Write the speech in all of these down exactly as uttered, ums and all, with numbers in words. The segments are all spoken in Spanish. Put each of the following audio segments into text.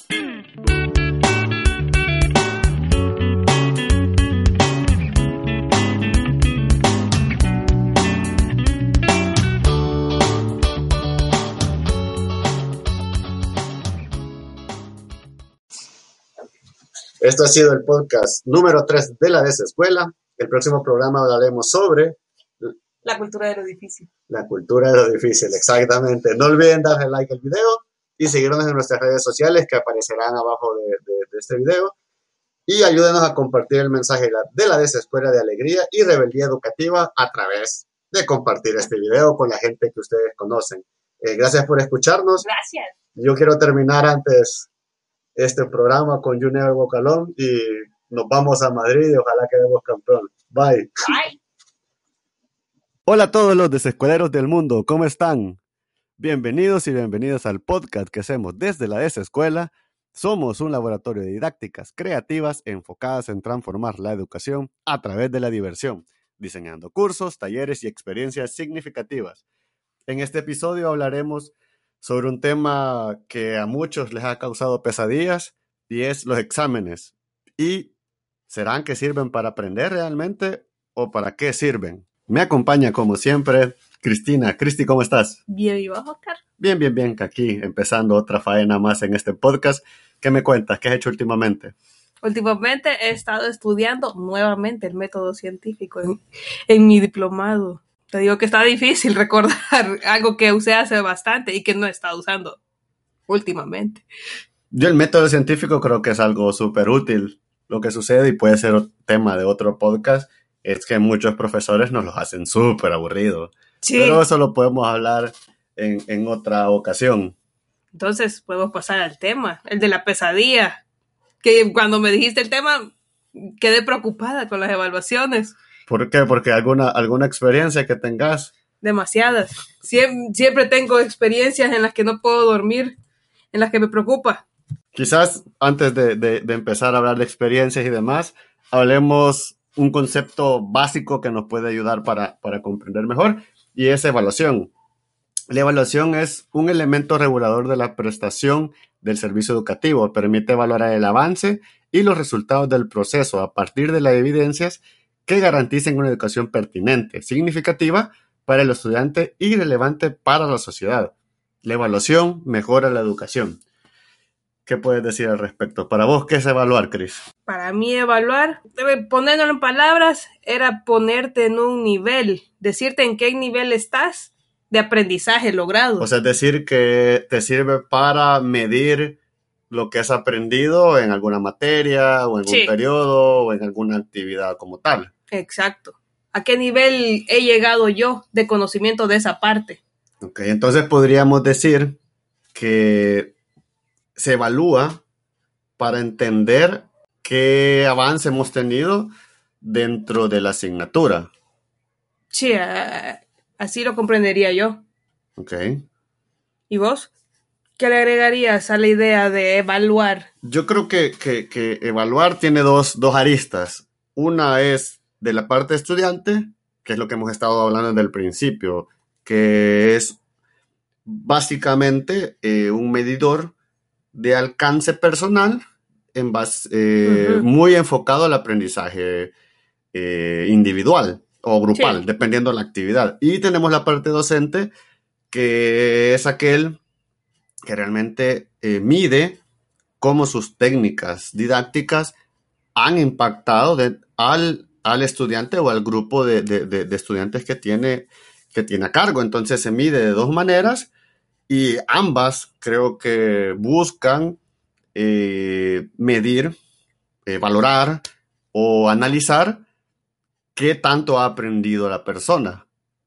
Esto ha sido el podcast número tres de la Desescuela. El próximo programa hablaremos sobre la cultura de lo difícil. La cultura de lo difícil, exactamente. No olviden darle like al video y seguirnos en nuestras redes sociales que aparecerán abajo de, de, de este video. Y ayúdenos a compartir el mensaje de la, de la Desescuela de alegría y rebeldía educativa a través de compartir este video con la gente que ustedes conocen. Eh, gracias por escucharnos. Gracias. Yo quiero terminar antes este programa con You Never Walk Alone y nos vamos a Madrid y ojalá quedemos campeón. Bye. Bye. Hola a todos los desescueleros del mundo, ¿cómo están? Bienvenidos y bienvenidas al podcast que hacemos desde la Desescuela. Somos un laboratorio de didácticas creativas enfocadas en transformar la educación a través de la diversión, diseñando cursos, talleres y experiencias significativas. En este episodio hablaremos sobre un tema que a muchos les ha causado pesadillas y es los exámenes. ¿Y serán que sirven para aprender realmente o para qué sirven? Me acompaña como siempre Cristina. Cristi, ¿cómo estás? Bien, ¿y vos, Oscar? Bien, bien, bien, aquí empezando otra faena más en este podcast. ¿Qué me cuentas? ¿Qué has hecho últimamente? Últimamente he estado estudiando nuevamente el método científico en, en mi diplomado. Te digo que está difícil recordar algo que usé hace bastante y que no he estado usando últimamente. Yo el método científico creo que es algo súper útil. Lo que sucede, y puede ser tema de otro podcast, es que muchos profesores nos los hacen súper aburridos. Sí. Pero eso lo podemos hablar en, en otra ocasión. Entonces podemos pasar al tema, el de la pesadilla. Que cuando me dijiste el tema, quedé preocupada con las evaluaciones. ¿Por qué? Porque alguna, alguna experiencia que tengas. Demasiadas. Siempre, siempre tengo experiencias en las que no puedo dormir, en las que me preocupa. Quizás antes de, de, de empezar a hablar de experiencias y demás, hablemos un concepto básico que nos puede ayudar para, para comprender mejor, y es evaluación. La evaluación es un elemento regulador de la prestación del servicio educativo. Permite evaluar el avance y los resultados del proceso a partir de las evidencias que garanticen una educación pertinente, significativa para el estudiante y relevante para la sociedad. La evaluación mejora la educación. ¿Qué puedes decir al respecto? Para vos, ¿qué es evaluar, Cris? Para mí evaluar, poniéndolo en palabras, era ponerte en un nivel, decirte en qué nivel estás de aprendizaje logrado. O sea, es decir, que te sirve para medir lo que has aprendido en alguna materia o en Sí. un periodo o en alguna actividad como tal. Exacto. ¿A qué nivel he llegado yo de conocimiento de esa parte? Ok, entonces podríamos decir que se evalúa para entender qué avance hemos tenido dentro de la asignatura. Sí, uh, así lo comprendería yo. Ok. ¿Y vos? ¿Qué le agregarías a la idea de evaluar? Yo creo que, que, que evaluar tiene dos, dos aristas. Una es de la parte estudiante, que es lo que hemos estado hablando desde el principio, que es básicamente eh, un medidor de alcance personal en base, eh, uh-huh. muy enfocado al aprendizaje eh, individual o grupal, sí. dependiendo de la actividad. Y tenemos la parte docente, que es aquel que realmente eh, mide cómo sus técnicas didácticas han impactado de, al, al estudiante o al grupo de, de, de, de estudiantes que tiene, que tiene a cargo. Entonces se mide de dos maneras y ambas creo que buscan eh, medir, eh, valorar o analizar qué tanto ha aprendido la persona.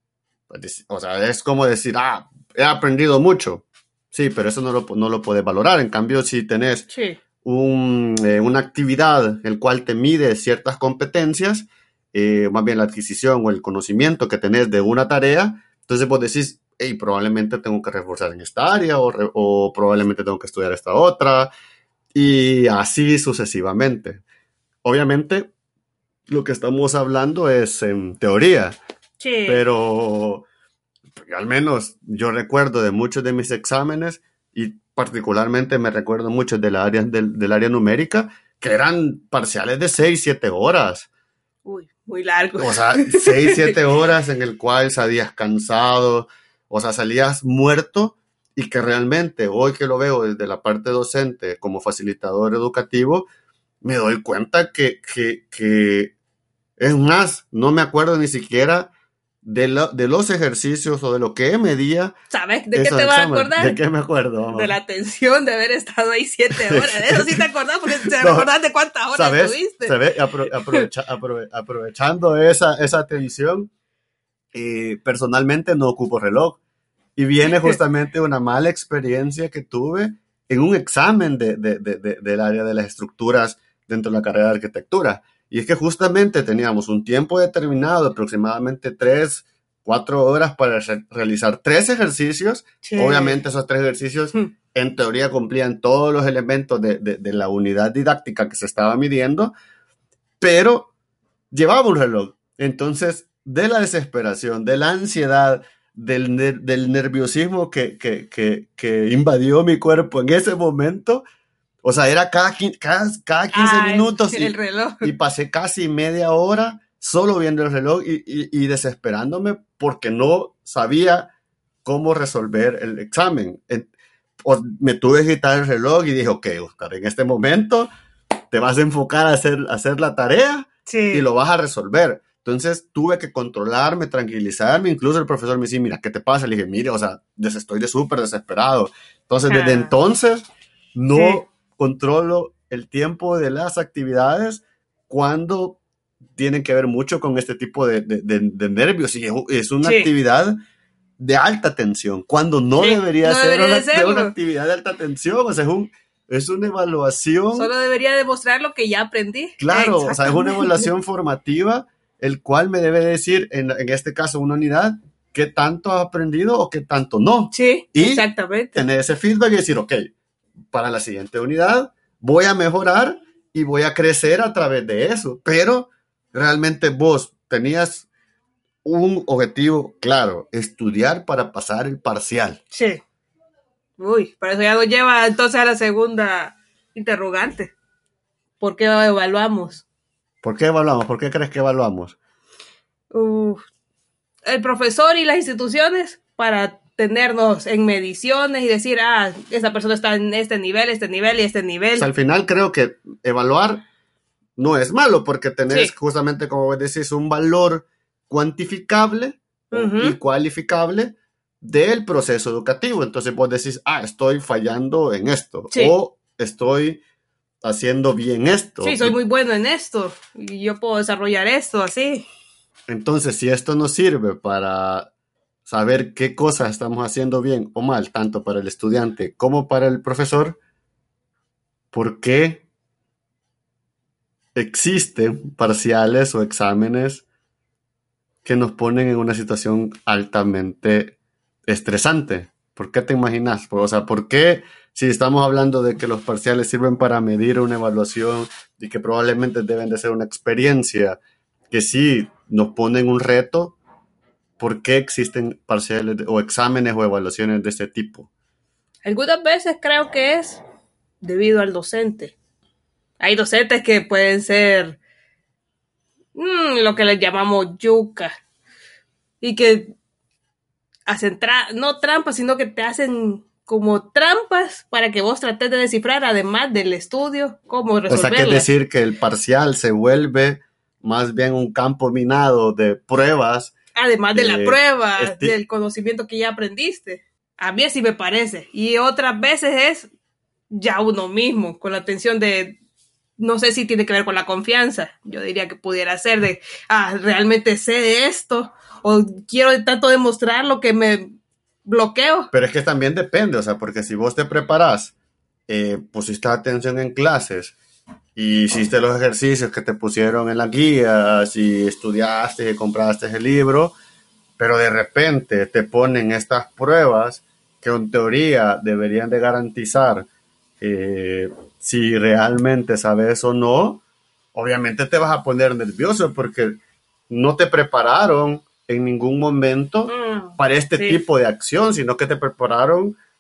O sea, es como decir, ah, he aprendido mucho. Sí, pero eso no lo, no lo puedes valorar. En cambio, si tenés sí. un, eh, una actividad en la cual te mide ciertas competencias, eh, más bien la adquisición o el conocimiento que tenés de una tarea, entonces vos decís, hey, probablemente tengo que reforzar en esta área o, re, o probablemente tengo que estudiar esta otra, y así sucesivamente. Obviamente, lo que estamos hablando es en teoría, sí. pero al menos yo recuerdo de muchos de mis exámenes y particularmente me recuerdo mucho del área, del, del área numérica, que eran parciales de seis, siete horas. Uy, muy largo. O sea, seis, siete horas en el cual salías cansado, o sea, salías muerto, y que realmente hoy que lo veo desde la parte docente como facilitador educativo, me doy cuenta que, que, que es más, no me acuerdo ni siquiera de, la, de los ejercicios o de lo que medía. ¿Sabes de qué te vas a acordar? ¿De qué me acuerdo? Mamá? De la tensión de haber estado ahí siete horas. De eso sí te acordás, porque te No, recordás de cuántas horas ¿sabes? estuviste. ¿Sabes? Apro aprovecha aprove aprovechando esa, esa tensión, eh, personalmente no ocupo reloj. Y viene justamente una mala experiencia que tuve en un examen de, de, de, de, del área de las estructuras dentro de la carrera de arquitectura. Y es que justamente teníamos un tiempo determinado, aproximadamente tres, cuatro horas para re realizar tres ejercicios. Sí. Obviamente esos tres ejercicios hmm. en teoría cumplían todos los elementos de, de, de la unidad didáctica que se estaba midiendo, pero llevaba un reloj. Entonces, de la desesperación, de la ansiedad, Del, ner del nerviosismo que, que, que, que invadió mi cuerpo en ese momento, o sea, era cada, cada, cada quince ah, minutos el, y, el reloj. y pasé casi media hora solo viendo el reloj y, y, y desesperándome porque no sabía cómo resolver el examen. En, o me tuve que quitar el reloj y dije, ok, Oscar, en este momento te vas a enfocar a hacer, a hacer la tarea sí. y lo vas a resolver. Entonces tuve que controlarme, tranquilizarme. Incluso el profesor me decía, mira, ¿qué te pasa? Le dije, mire, o sea, estoy de súper desesperado. Entonces, ah. desde entonces, no sí. controlo el tiempo de las actividades cuando tienen que ver mucho con este tipo de, de, de, de nervios. Y es una sí. actividad de alta tensión, cuando no sí. debería no ser debería una, de una actividad de alta tensión. O sea, es un... Es una evaluación. Solo debería demostrar lo que ya aprendí. Claro, o sea, es una evaluación formativa, el cual me debe decir, en, en este caso, una unidad, qué tanto has aprendido o qué tanto no. Sí, y exactamente. Tener ese feedback y decir, ok, para la siguiente unidad voy a mejorar y voy a crecer a través de eso. Pero realmente vos tenías un objetivo claro, estudiar para pasar el parcial. Sí. Uy, pero eso ya nos lleva entonces a la segunda interrogante. ¿Por qué evaluamos? ¿Por qué evaluamos? ¿Por qué crees que evaluamos? Uh, el profesor y las instituciones para tenernos en mediciones y decir, ah, esta persona está en este nivel, este nivel y este nivel. O sea, al final creo que evaluar no es malo porque tenés sí. justamente, como vos decís, un valor cuantificable uh-huh. y cualificable del proceso educativo. Entonces vos decís, ah, estoy fallando en esto sí. o estoy haciendo bien esto. Sí, soy muy bueno en esto y yo puedo desarrollar esto así. Entonces, si esto nos sirve para saber qué cosas estamos haciendo bien o mal, tanto para el estudiante como para el profesor, ¿por qué existen parciales o exámenes que nos ponen en una situación altamente estresante? ¿Por qué te imaginas? O sea, ¿por qué si estamos hablando de que los parciales sirven para medir una evaluación y que probablemente deben de ser una experiencia que sí nos ponen un reto, ¿por qué existen parciales o exámenes o evaluaciones de ese tipo? Algunas veces creo que es debido al docente. Hay docentes que pueden ser mmm, lo que les llamamos yuca y que hacen tra no trampas, sino que te hacen como trampas para que vos trates de descifrar, además del estudio, cómo resolverlas. O sea, que decir que el parcial se vuelve más bien un campo minado de pruebas. Además de, de la prueba, del conocimiento que ya aprendiste. A mí así me parece. Y otras veces es ya uno mismo, con la atención de, no sé si tiene que ver con la confianza. Yo diría que pudiera ser de, ah, realmente sé de esto, o quiero tanto demostrar lo que me bloqueo. Pero es que también depende, o sea, porque si vos te preparás, eh, pusiste atención en clases, y hiciste los ejercicios que te pusieron en la guía, si estudiaste y compraste el libro, pero de repente te ponen estas pruebas que en teoría deberían de garantizar eh, si realmente sabes o no, obviamente te vas a poner nervioso porque no te prepararon en ningún momento mm, para este sí. tipo de acción, sino que te prepararon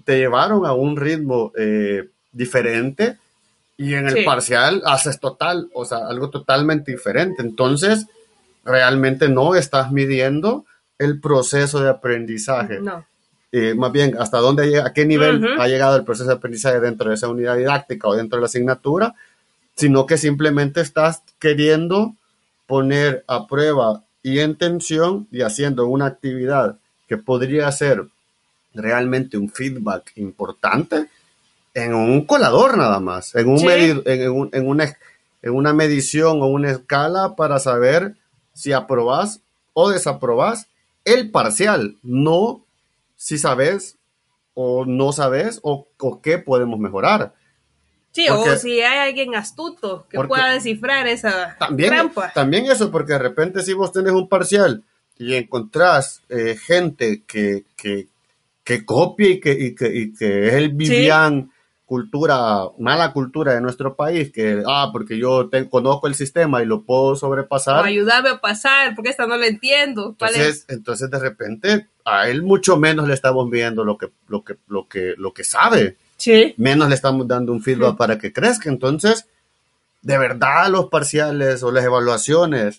te llevaron a un ritmo eh, diferente y en el sí. parcial haces total, o sea, algo totalmente diferente. Entonces, realmente no estás midiendo el proceso de aprendizaje. No. Eh, más bien, hasta dónde llega, a qué nivel uh-huh. ha llegado el proceso de aprendizaje dentro de esa unidad didáctica o dentro de la asignatura, sino que simplemente estás queriendo poner a prueba y en tensión y haciendo una actividad que podría ser realmente un feedback importante en un colador nada más, en, un sí. medi- en, un, en, una, en una medición o una escala para saber si aprobás o desaprobás el parcial, no si sabes o no sabes o, o qué podemos mejorar. Sí, porque, o si hay alguien astuto que pueda descifrar esa también, trampa. También eso, porque de repente si vos tenés un parcial y encontrás eh, gente que, que, que copia y que, y, que, y que es el Vivian, sí. cultura, mala cultura de nuestro país, que, ah, porque yo te, conozco el sistema y lo puedo sobrepasar. O ayudarme a pasar, porque esta no la entiendo. Entonces, entonces de repente, a él mucho menos le estamos viendo lo que, lo que, lo que, lo que sabe. Sí. Menos le estamos dando un feedback sí. para que crezca. Entonces, de verdad, los parciales o las evaluaciones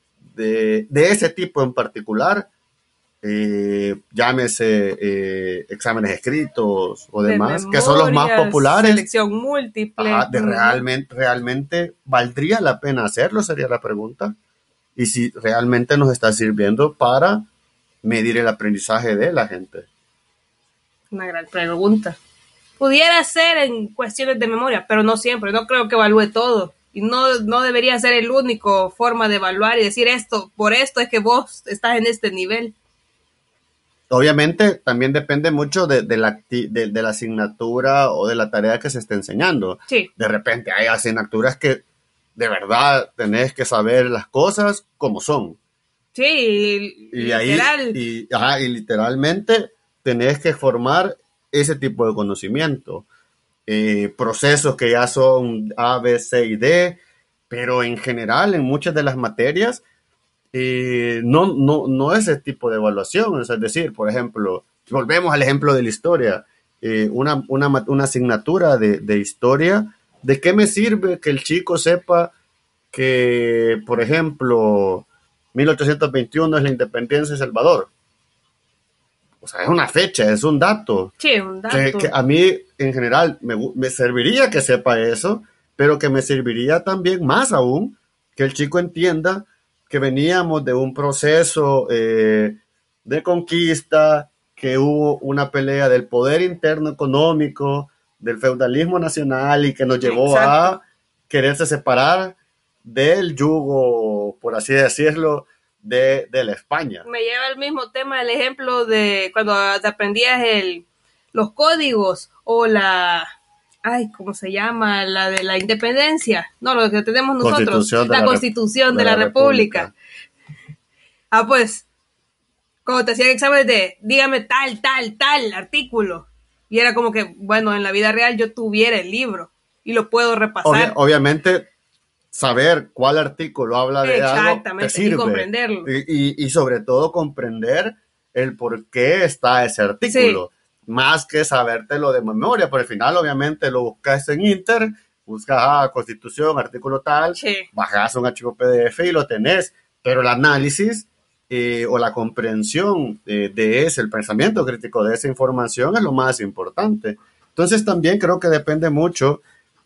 de, de ese tipo en particular, eh, llámese eh, exámenes escritos o de demás, memorias, que son los más populares. Selección múltiple. Ah, de realmente, realmente, ¿valdría la pena hacerlo? Sería la pregunta. Y si realmente nos está sirviendo para medir el aprendizaje de la gente. Una gran pregunta. Pudiera ser en cuestiones de memoria, pero no siempre. No creo que evalúe todo. Y no, no debería ser el único forma de evaluar y decir esto, por esto es que vos estás en este nivel. Obviamente, también depende mucho de, de, la, de, de la asignatura o de la tarea que se esté enseñando. Sí. De repente hay asignaturas que de verdad tenés que saber las cosas como son. Sí, y, y literal. Ahí, y, ajá, y literalmente tenés que formar ese tipo de conocimiento. Eh, procesos que ya son A, B, C y D, pero en general, en muchas de las materias, eh, no, no, no es ese tipo de evaluación. O sea, es decir, por ejemplo, volvemos al ejemplo de la historia. Eh, una, una, una asignatura de, de historia, ¿de qué me sirve que el chico sepa que, por ejemplo, mil ochocientos veintiuno es la independencia de Salvador? O sea, es una fecha, es un dato. Sí, un dato. Que, que a mí, en general, me, me serviría que sepa eso, pero que me serviría también, más aún, que el chico entienda que veníamos de un proceso eh, de conquista, que hubo una pelea del poder interno económico, del feudalismo nacional y que nos llevó Exacto. a quererse separar del yugo, por así decirlo, De, de la España. Me lleva el mismo tema, el ejemplo de cuando te aprendías el, los códigos o la, ay, ¿cómo se llama? La de la independencia, no, lo que tenemos nosotros, la, la Constitución de, de la, la República. República. Ah, pues, cuando te hacían exámenes de, dígame tal, tal, tal artículo, y era como que, bueno, en la vida real yo tuviera el libro y lo puedo repasar. Obvia, obviamente, saber cuál artículo habla de algo te sirve. Y comprenderlo. Y, y, y sobre todo comprender el por qué está ese artículo. Sí. Más que sabértelo de memoria. Por el final, obviamente, lo buscas en Inter, buscas ah, Constitución, artículo tal, sí. bajas un archivo P D F y lo tenés. Pero el análisis eh, o la comprensión de, de ese, el pensamiento crítico de esa información es lo más importante. Entonces, también creo que depende mucho...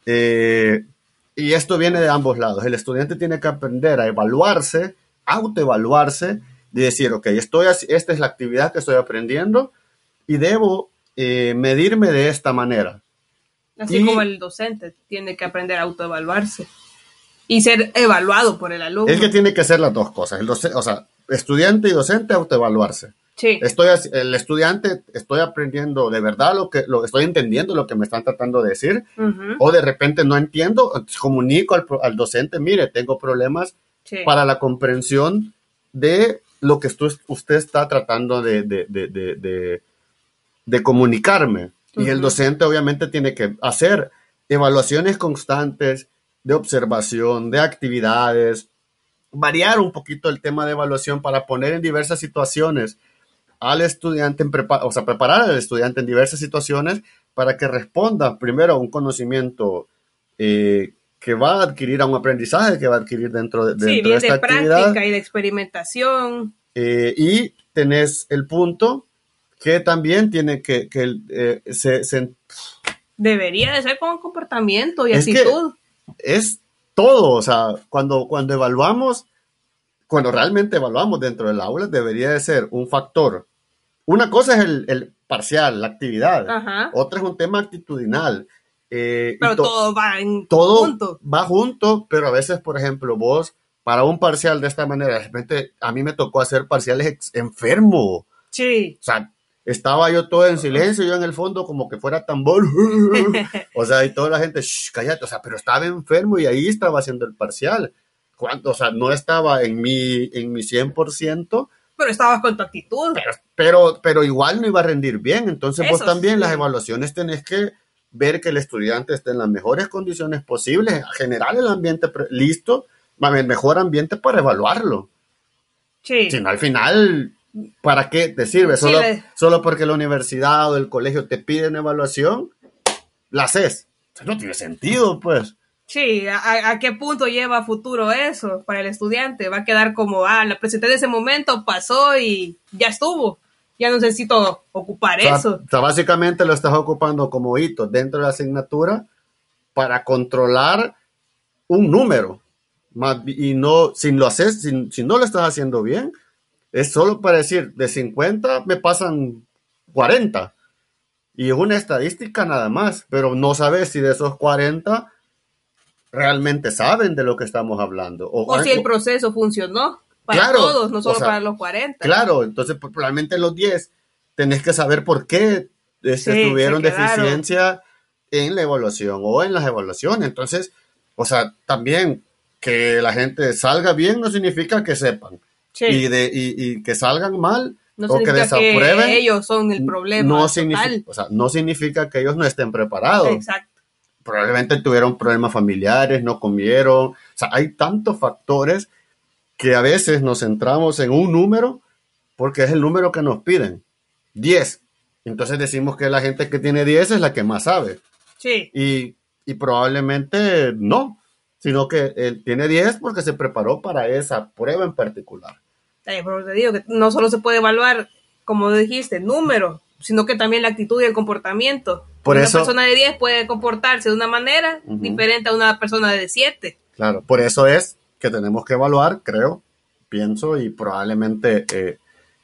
Eh, Y esto viene de ambos lados. El estudiante tiene que aprender a evaluarse, autoevaluarse, y decir, ok, estoy, esta es la actividad que estoy aprendiendo y debo eh, medirme de esta manera. Así y, como el docente tiene que aprender a autoevaluarse y ser evaluado por el alumno. Es que tiene que ser las dos cosas. El docente, o sea, estudiante y docente, autoevaluarse. Sí. Estoy, el estudiante, estoy aprendiendo de verdad lo que, lo, estoy entendiendo lo que me están tratando de decir, uh-huh. o de repente no entiendo, comunico al, al docente, mire, tengo problemas sí. para la comprensión de lo que estu, usted está tratando de, de, de, de, de, de comunicarme. Uh-huh. Y el docente obviamente tiene que hacer evaluaciones constantes de observación, de actividades, variar un poquito el tema de evaluación para poner en diversas situaciones al estudiante, en prepa- o sea, preparar al estudiante en diversas situaciones para que responda primero a un conocimiento eh, que va a adquirir, a un aprendizaje que va a adquirir dentro de, Sí, dentro de bien esta de actividad. práctica y de experimentación. Eh, y tenés el punto que también tiene que, que eh, se, se- Debería de ser con comportamiento y es que actitud. es todo, o sea, cuando, cuando evaluamos, cuando realmente evaluamos dentro del aula, debería de ser un factor. Una cosa es el, el parcial, la actividad, Ajá. otra es un tema actitudinal. eh, y Pero to- todo va en todo conjunto. va junto, pero a veces, por ejemplo, vos, para un parcial de esta manera, de repente a mí me tocó hacer parciales ex- enfermo. Sí. O sea, estaba yo todo en silencio, yo en el fondo como que fuera tambor. O sea, y toda la gente, shh, cállate, o sea, pero estaba enfermo y ahí estaba haciendo el parcial. Cuando, o sea, no estaba en mi, en mi cien por ciento, Pero estabas con tu actitud. pero, pero, pero igual no iba a rendir bien. Entonces vos Eso también sí. las evaluaciones tenés que ver que el estudiante esté en las mejores condiciones posibles, generar el ambiente pre- listo, el mejor ambiente para evaluarlo. Sí. Si no, al final, ¿para qué te sirve? Sí, Solo, le- solo porque la universidad o el colegio te piden evaluación, la haces. O sea, no tiene sentido, pues. Sí, ¿a, a qué punto lleva a futuro eso para el estudiante? Va a quedar como, ah, la presenté en ese momento, pasó y ya estuvo. Ya no necesito ocupar O sea, eso. o sea, básicamente lo estás ocupando como hito dentro de la asignatura para controlar un número. Más, bi- y no, si lo haces, si, si no lo estás haciendo bien, es solo para decir, de cincuenta me pasan cuarenta. Y es una estadística nada más, pero no sabes si de esos cuarenta realmente saben de lo que estamos hablando. O, O si el o- proceso funcionó para Claro, todos, no o solo sea, para los cuarenta. claro, entonces pues, probablemente los diez tenés que saber por qué este, Sí, tuvieron se quedaron. deficiencia en la evaluación o en las evaluaciones. Entonces, o sea, también que la gente salga bien no significa que sepan. Sí. Y, de, y, y que salgan mal No o que significa que, desaprueben. ellos son el problema no total. significa, o sea, no significa que ellos no estén preparados. Exacto. Probablemente tuvieron problemas familiares, no comieron. O sea, hay tantos factores que a veces nos centramos en un número porque es el número que nos piden. diez. Entonces decimos que la gente que tiene diez es la que más sabe. Sí. Y, y probablemente no, sino que él tiene diez porque se preparó para esa prueba en particular. Eh, pero te digo que no solo se puede evaluar, como dijiste, número, sino que también la actitud y el comportamiento. Por una eso- persona de diez puede comportarse de una manera Ujú. diferente a una persona de siete. Claro, por eso es que tenemos que evaluar, creo, pienso, y probablemente eh,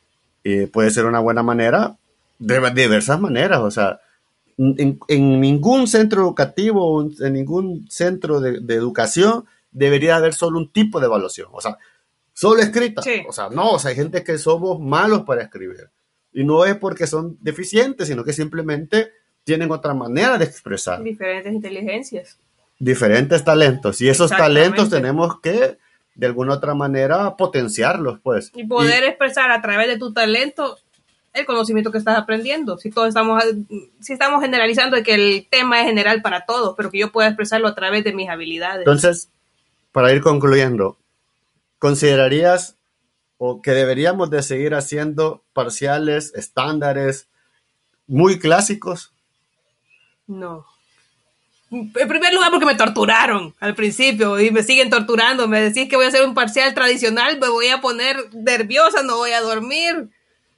eh, puede ser una buena manera, de diversas maneras. O sea, en, en ningún centro educativo, en ningún centro de, de educación, debería haber solo un tipo de evaluación. O sea, solo escrita. Sí. O sea, no, o sea, hay gente que somos malos para escribir. Y no es porque son deficientes, sino que simplemente tienen otra manera de expresar. Diferentes inteligencias. Diferentes talentos. Y esos Exactamente. talentos tenemos que, de alguna otra manera, potenciarlos, pues. Y poder expresar a través de tu talento el conocimiento que estás aprendiendo. Si todos estamos, si estamos generalizando de que el tema es general para todos, pero que yo pueda expresarlo a través de mis habilidades. Entonces, para ir concluyendo, ¿considerarías o que deberíamos de seguir haciendo parciales, estándares, muy clásicos? No. En primer lugar, porque me torturaron al principio y me siguen torturando. Me decís que voy a hacer un parcial tradicional, me voy a poner nerviosa, no voy a dormir.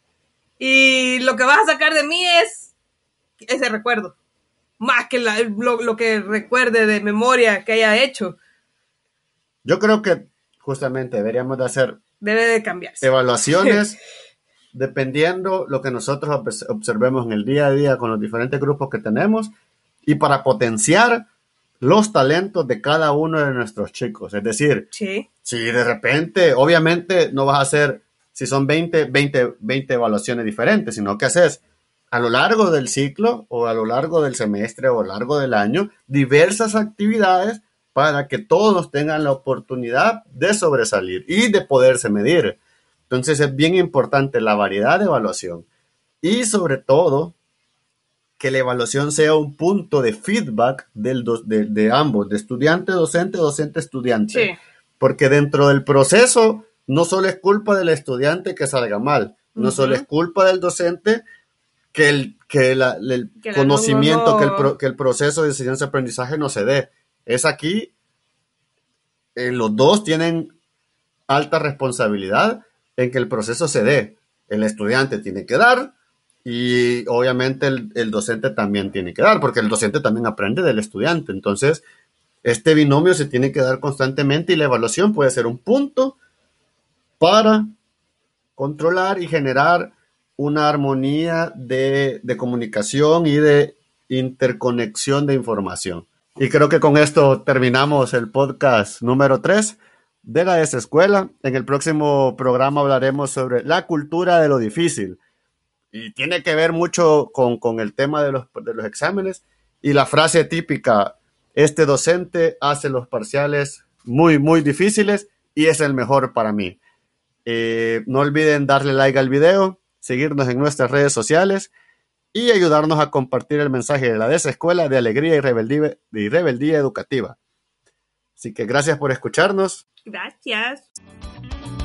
Y lo que vas a sacar de mí es ese recuerdo. Más que la- lo, lo que recuerde de memoria que haya hecho. Yo creo que justamente deberíamos de hacer Debe de cambiarse. evaluaciones dependiendo lo que nosotros obs- observemos en el día a día con los diferentes grupos que tenemos y para potenciar los talentos de cada uno de nuestros chicos. Es decir, Sí. si de repente, obviamente no vas a hacer, si son veinte, veinte, veinte evaluaciones diferentes, sino que haces a lo largo del ciclo o a lo largo del semestre o a lo largo del año diversas actividades para que todos tengan la oportunidad de sobresalir y de poderse medir. Entonces es bien importante la variedad de evaluación y sobre todo que la evaluación sea un punto de feedback del do- de, de ambos, de estudiante, docente, docente, estudiante. Sí. Porque dentro del proceso no solo es culpa del estudiante que salga mal, No Ujú. solo es culpa del docente que el, que la- el Que el conocimiento, alumno no- que, el pro- que el proceso de enseñanza-aprendizaje no se dé. Es aquí, eh, los dos tienen alta responsabilidad en que el proceso se dé. El estudiante tiene que dar y obviamente el, el docente también tiene que dar, porque el docente también aprende del estudiante. Entonces, este binomio se tiene que dar constantemente y la evaluación puede ser un punto para controlar y generar una armonía de, de comunicación y de interconexión de información. Y creo que con esto terminamos el podcast número tres de la desescuela. En el próximo programa hablaremos sobre la cultura de lo difícil. Y tiene que ver mucho con, con el tema de los, de los exámenes. Y la frase típica, este docente hace los parciales muy, muy difíciles y es el mejor para mí. Eh, no olviden darle like al video, seguirnos en nuestras redes sociales y ayudarnos a compartir el mensaje de la desescuela de alegría y rebeldía, y rebeldía educativa. Así que gracias por escucharnos. Gracias.